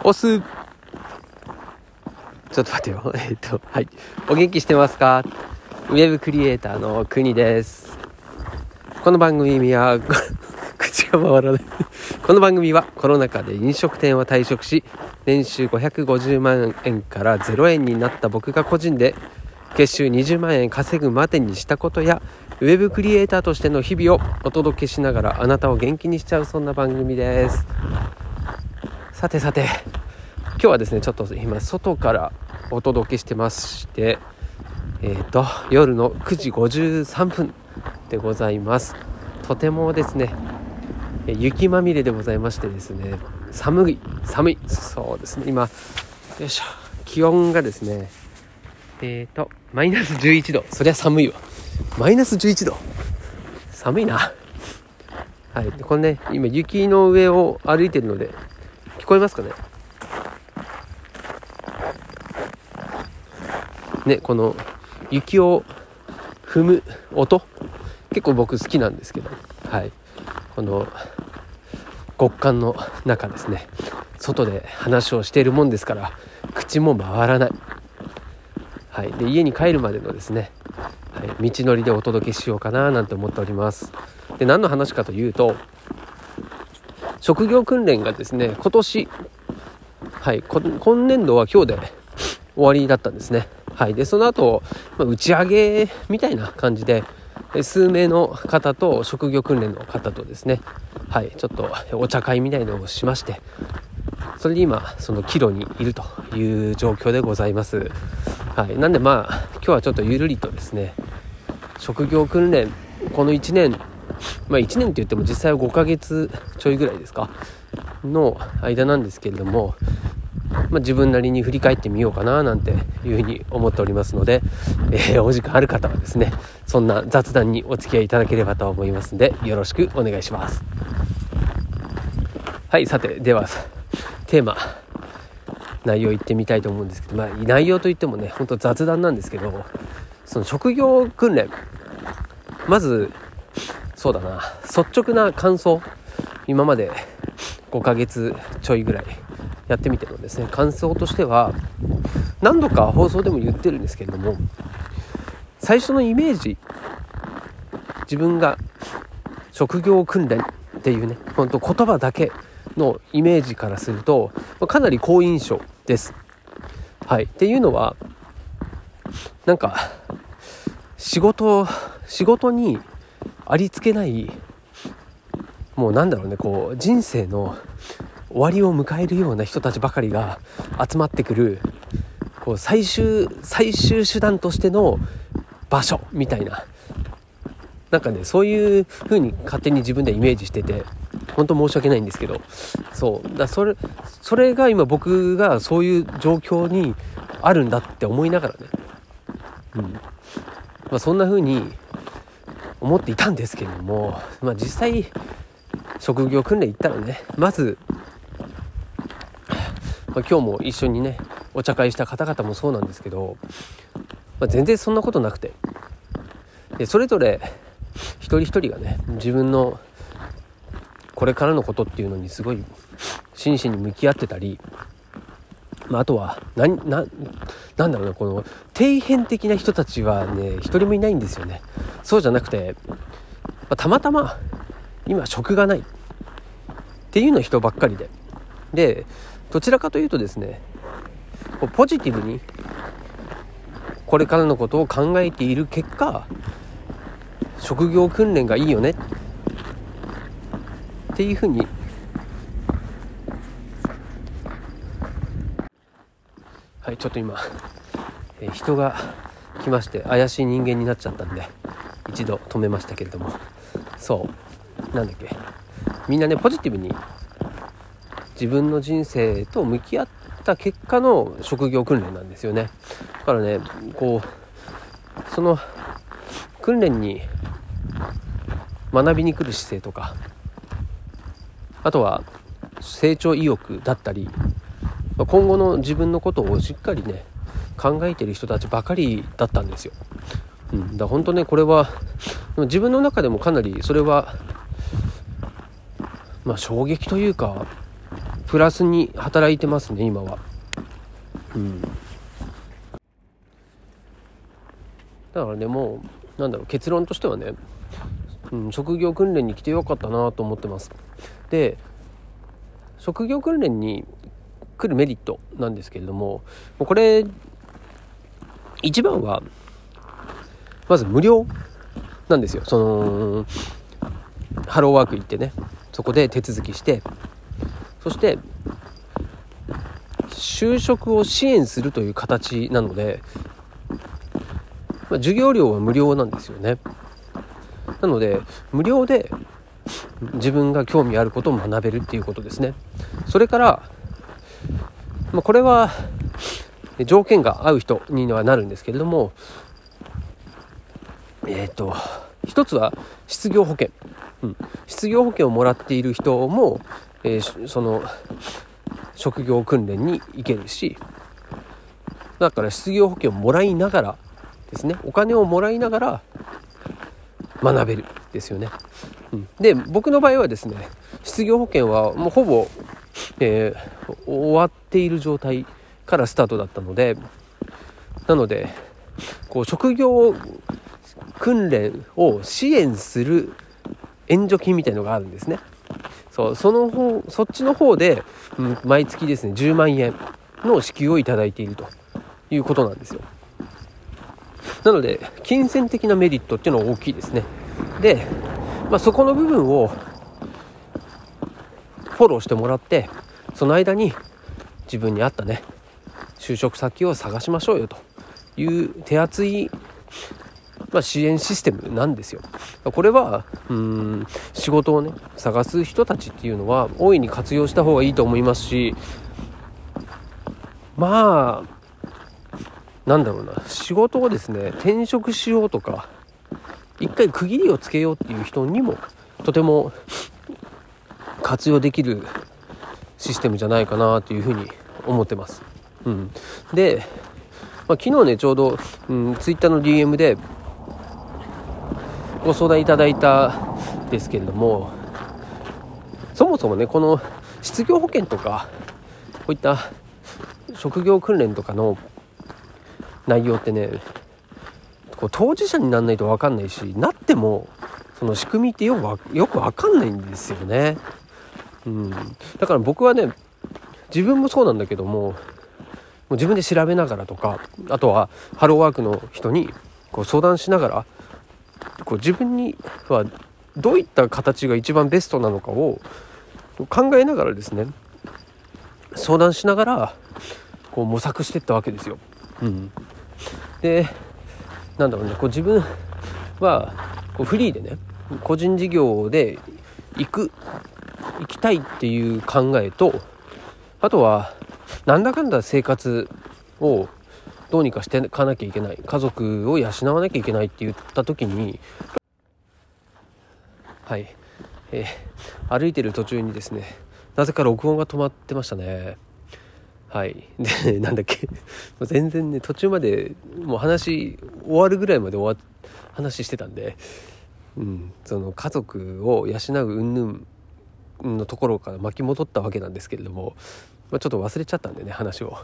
押す。ちょっと待ってよ。はい。お元気してますか？ウェブクリエイターの国です。この番組は口が回らないこの番組はコロナ禍で飲食店を退職し、年収550万円から0円になった僕が個人で月収20万円稼ぐまでにしたことや、ウェブクリエイターとしての日々をお届けしながらあなたを元気にしちゃう、そんな番組です。さて今日はですね、ちょっと今外からお届けしてまして、夜の9時53分でございます。とてもですね、雪まみれでございましてですね、寒い。そうですね、今よいしょ、気温がですねマイナス11度。そりゃ寒いわ。マイナス11度寒いな。はい、これね、今雪の上を歩いてるので聞こえますかね。ね、この雪を踏む音、結構僕好きなんですけど、はい、この極寒の中ですね、外で話をしているもんですから口も回らない。はい、で家に帰るまでのですね、はい、道のりでお届けしようかななんて思っております。で、何の話かというと、職業訓練がですね、今年、はい、今年度は今日で終わりだったんですね。はい、でその後、打ち上げみたいな感じで数名の方と職業訓練の方とですね、はい、ちょっとお茶会みたいなのをしまして、それで今その帰路にいるという状況でございます。はい、なんで今日はちょっとゆるりとですね、職業訓練この1年、1年って言っても実際は5ヶ月ちょいぐらいですかの間なんですけれども、自分なりに振り返ってみようかななんていうふうに思っておりますので、お時間ある方はですね、そんな雑談にお付き合いいただければと思いますので、よろしくお願いします。はい、さて、ではテーマ、内容いってみたいと思うんですけど、内容といってもね、本当雑談なんですけど、その職業訓練、まずそうだな、率直な感想、今まで5ヶ月ちょいぐらいやってみてのですね、感想としては、何度か放送でも言ってるんですけれども、最初のイメージ、自分が職業訓練っていうね、本当言葉だけのイメージからするとかなり好印象です。はい、っていうのは、なんか仕事にありつけない、もうなんだろうね、こう人生の終わりを迎えるような人たちばかりが集まってくる、こう最終手段としての場所みたいな、なんかね、そういう風に勝手に自分でイメージしてて、本当申し訳ないんですけど、そうだ、それが今僕がそういう状況にあるんだって思いながらね、そんな風に思っていたんですけれども、実際職業訓練行ったらね、まず、今日も一緒にねお茶会した方々もそうなんですけど、全然そんなことなくて、でそれぞれ一人一人がね、自分のこれからのことっていうのにすごい真摯に向き合ってたり、あとはなんだろうな、この底辺的な人たちはね一人もいないんですよね。そうじゃなくて、たまたま今職がないっていうの人ばっかりで、どちらかというとですね、ポジティブにこれからのことを考えている結果、職業訓練がいいよねっていうふうに、はい、ちょっと今、人が来まして怪しい人間になっちゃったんで一度止めましたけれども、そうなんだっけ、みんなねポジティブに自分の人生と向き合った結果の職業訓練なんですよね。だからね、こうその訓練に学びに来る姿勢とか、あとは成長意欲だったり、今後の自分のことをしっかりね考えている人たちばかりだったんですよ。だから本当ね、これは自分の中でもかなりそれは衝撃というか、 プラスに働いてますね今は。だからね、もう結論としてはね、職業訓練に来てよかったなと思ってます。で、職業訓練に来るメリットなんですけれども、これ一番はまず無料なんですよ。そのハローワーク行ってね、そこで手続きして、そして就職を支援するという形なので、授業料は無料なんですよね。なので無料で自分が興味あることを学べるっていうことですね。それから、これは条件が合う人にはなるんですけれども、一つは失業保険、失業保険をもらっている人も、その職業訓練に行けるし、だから失業保険をもらいながらですね、お金をもらいながら学べるですよね。で、僕の場合はですね、失業保険はもうほぼ、終わっている状態からスタートだったので、なのでこう職業訓練を支援する援助金みたいのがあるんですね。そっちの方で、毎月ですね10万円の支給をいただいているということなんですよ。なので金銭的なメリットっていうのは大きいですね。で、そこの部分をフォローしてもらって、その間に自分に合ったね就職先を探しましょうよという手厚い、支援システムなんですよ。これは仕事をね探す人たちっていうのは大いに活用した方がいいと思いますし、仕事をですね転職しようとか一回区切りをつけようっていう人にもとても活用できるシステムじゃないかなというふうに思ってます。で、昨日ねちょうど、ツイッターの DM でご相談いただいたんですけれども、そもそもねこの失業保険とかこういった職業訓練とかの内容ってね、こう当事者にならないと分かんないし、なってもその仕組みってよく分かんないんですよね。だから僕はね、自分もそうなんだけどもう自分で調べながらとか、あとはハローワークの人にこう相談しながら、こう自分にはどういった形が一番ベストなのかを考えながらですね、相談しながらこう模索していったわけですよ。で、こう自分はこうフリーでね個人事業で行きたいっていう考えと、あとはなんだかんだ生活をどうにかしていかなきゃいけない、家族を養わなきゃいけないって言った時に、歩いてる途中にですね、なぜか録音が止まってましたね。で、全然ね途中までもう話終わるぐらいまで話してたんで、その家族を養う云々のところから巻き戻ったわけなんですけれども、ちょっと忘れちゃったんでね話を。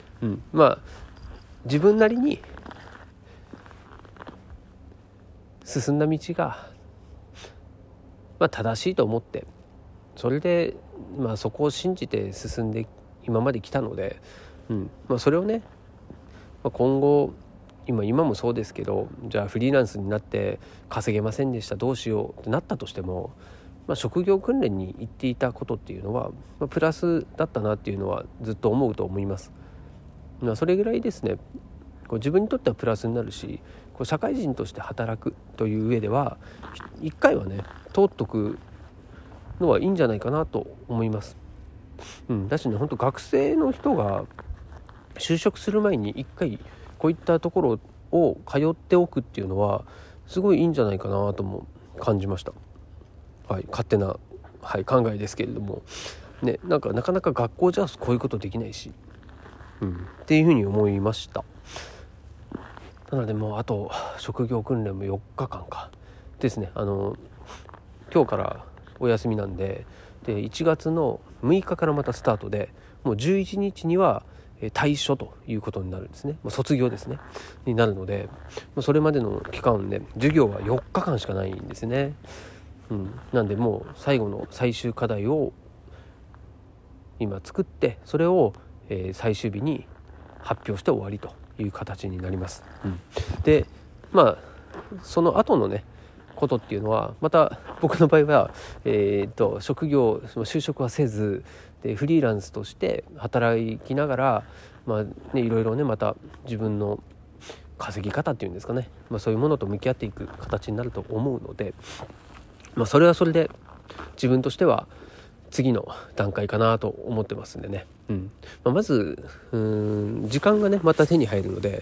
自分なりに進んだ道が、正しいと思って、それで、そこを信じて進んで今まで来たので、それをね、今後今もそうですけど、じゃあフリーランスになって稼げませんでした、どうしようってなったとしても、職業訓練に行っていたことっていうのは、プラスだったなっていうのはずっと思うと思います。それぐらいですね、こう自分にとってはプラスになるし、こう社会人として働くという上では一回はね通っとくのはいいんじゃないかなと思います。だしね、本当学生の人が就職する前に一回こういったところを通っておくっていうのはすごいいいんじゃないかなとも感じました。勝手な、考えですけれどもね、なかなか学校じゃこういうことできないし、っていうふうに思いました。なのでもうあと職業訓練も4日間かですね。今日からお休みなんで、 で1月の6日からまたスタートで、もう11日には退所ということになるんですね。卒業ですねになるので、それまでの期間ね、授業は4日間しかないんですね。なんでもう最後の最終課題を今作って、それを最終日に発表して終わりという形になります。でその後のねことっていうのは、また僕の場合は、職業就職はせずでフリーランスとして働きながら、いろいろね、また自分の稼ぎ方っていうんですかね、そういうものと向き合っていく形になると思うので、それはそれで自分としては次の段階かなと思ってますんでね、まず時間がねまた手に入るので、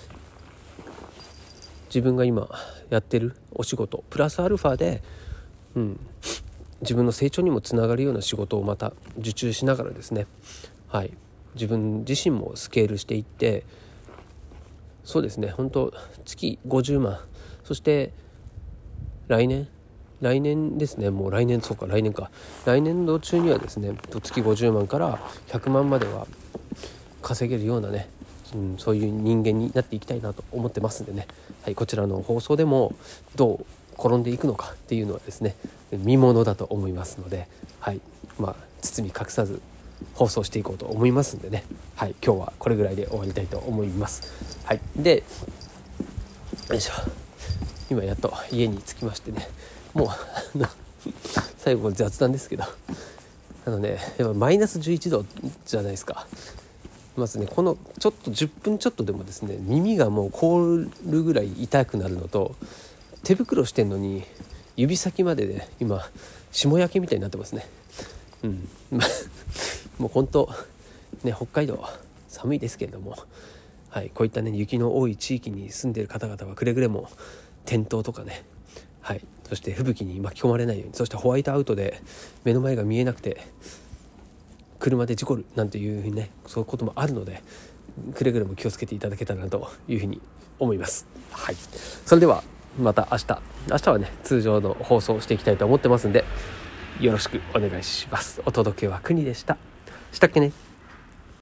自分が今やってるお仕事プラスアルファで、自分の成長にもつながるような仕事をまた受注しながらですね、自分自身もスケールしていって、そうですね、本当月50万、そして来年ですね、もう来年度中にはですね、月50万から100万までは稼げるようなね、そういう人間になっていきたいなと思ってますんでね、こちらの放送でもどう転んでいくのかっていうのはですね、見ものだと思いますので、包み隠さず放送していこうと思いますんでね、今日はこれぐらいで終わりたいと思います。で、よいしょ、今やっと家に着きましてね、もう最後雑談ですけど、やっぱマイナス11度じゃないですか。まずね、このちょっと10分ちょっとでもですね、耳がもう凍るぐらい痛くなるのと、手袋してんのに指先までで、今霜焼けみたいになってますね。もう本当ね、北海道寒いですけれども、こういったね雪の多い地域に住んでいる方々はくれぐれも転倒とかね、そして吹雪に巻き込まれないように、そしてホワイトアウトで目の前が見えなくて車で事故るなんていうふうにね、そういうこともあるので、くれぐれも気をつけていただけたらなというふうに思います。それではまた明日はね、通常の放送をしていきたいと思ってますんで、よろしくお願いします。お届けは国でした。したっけね。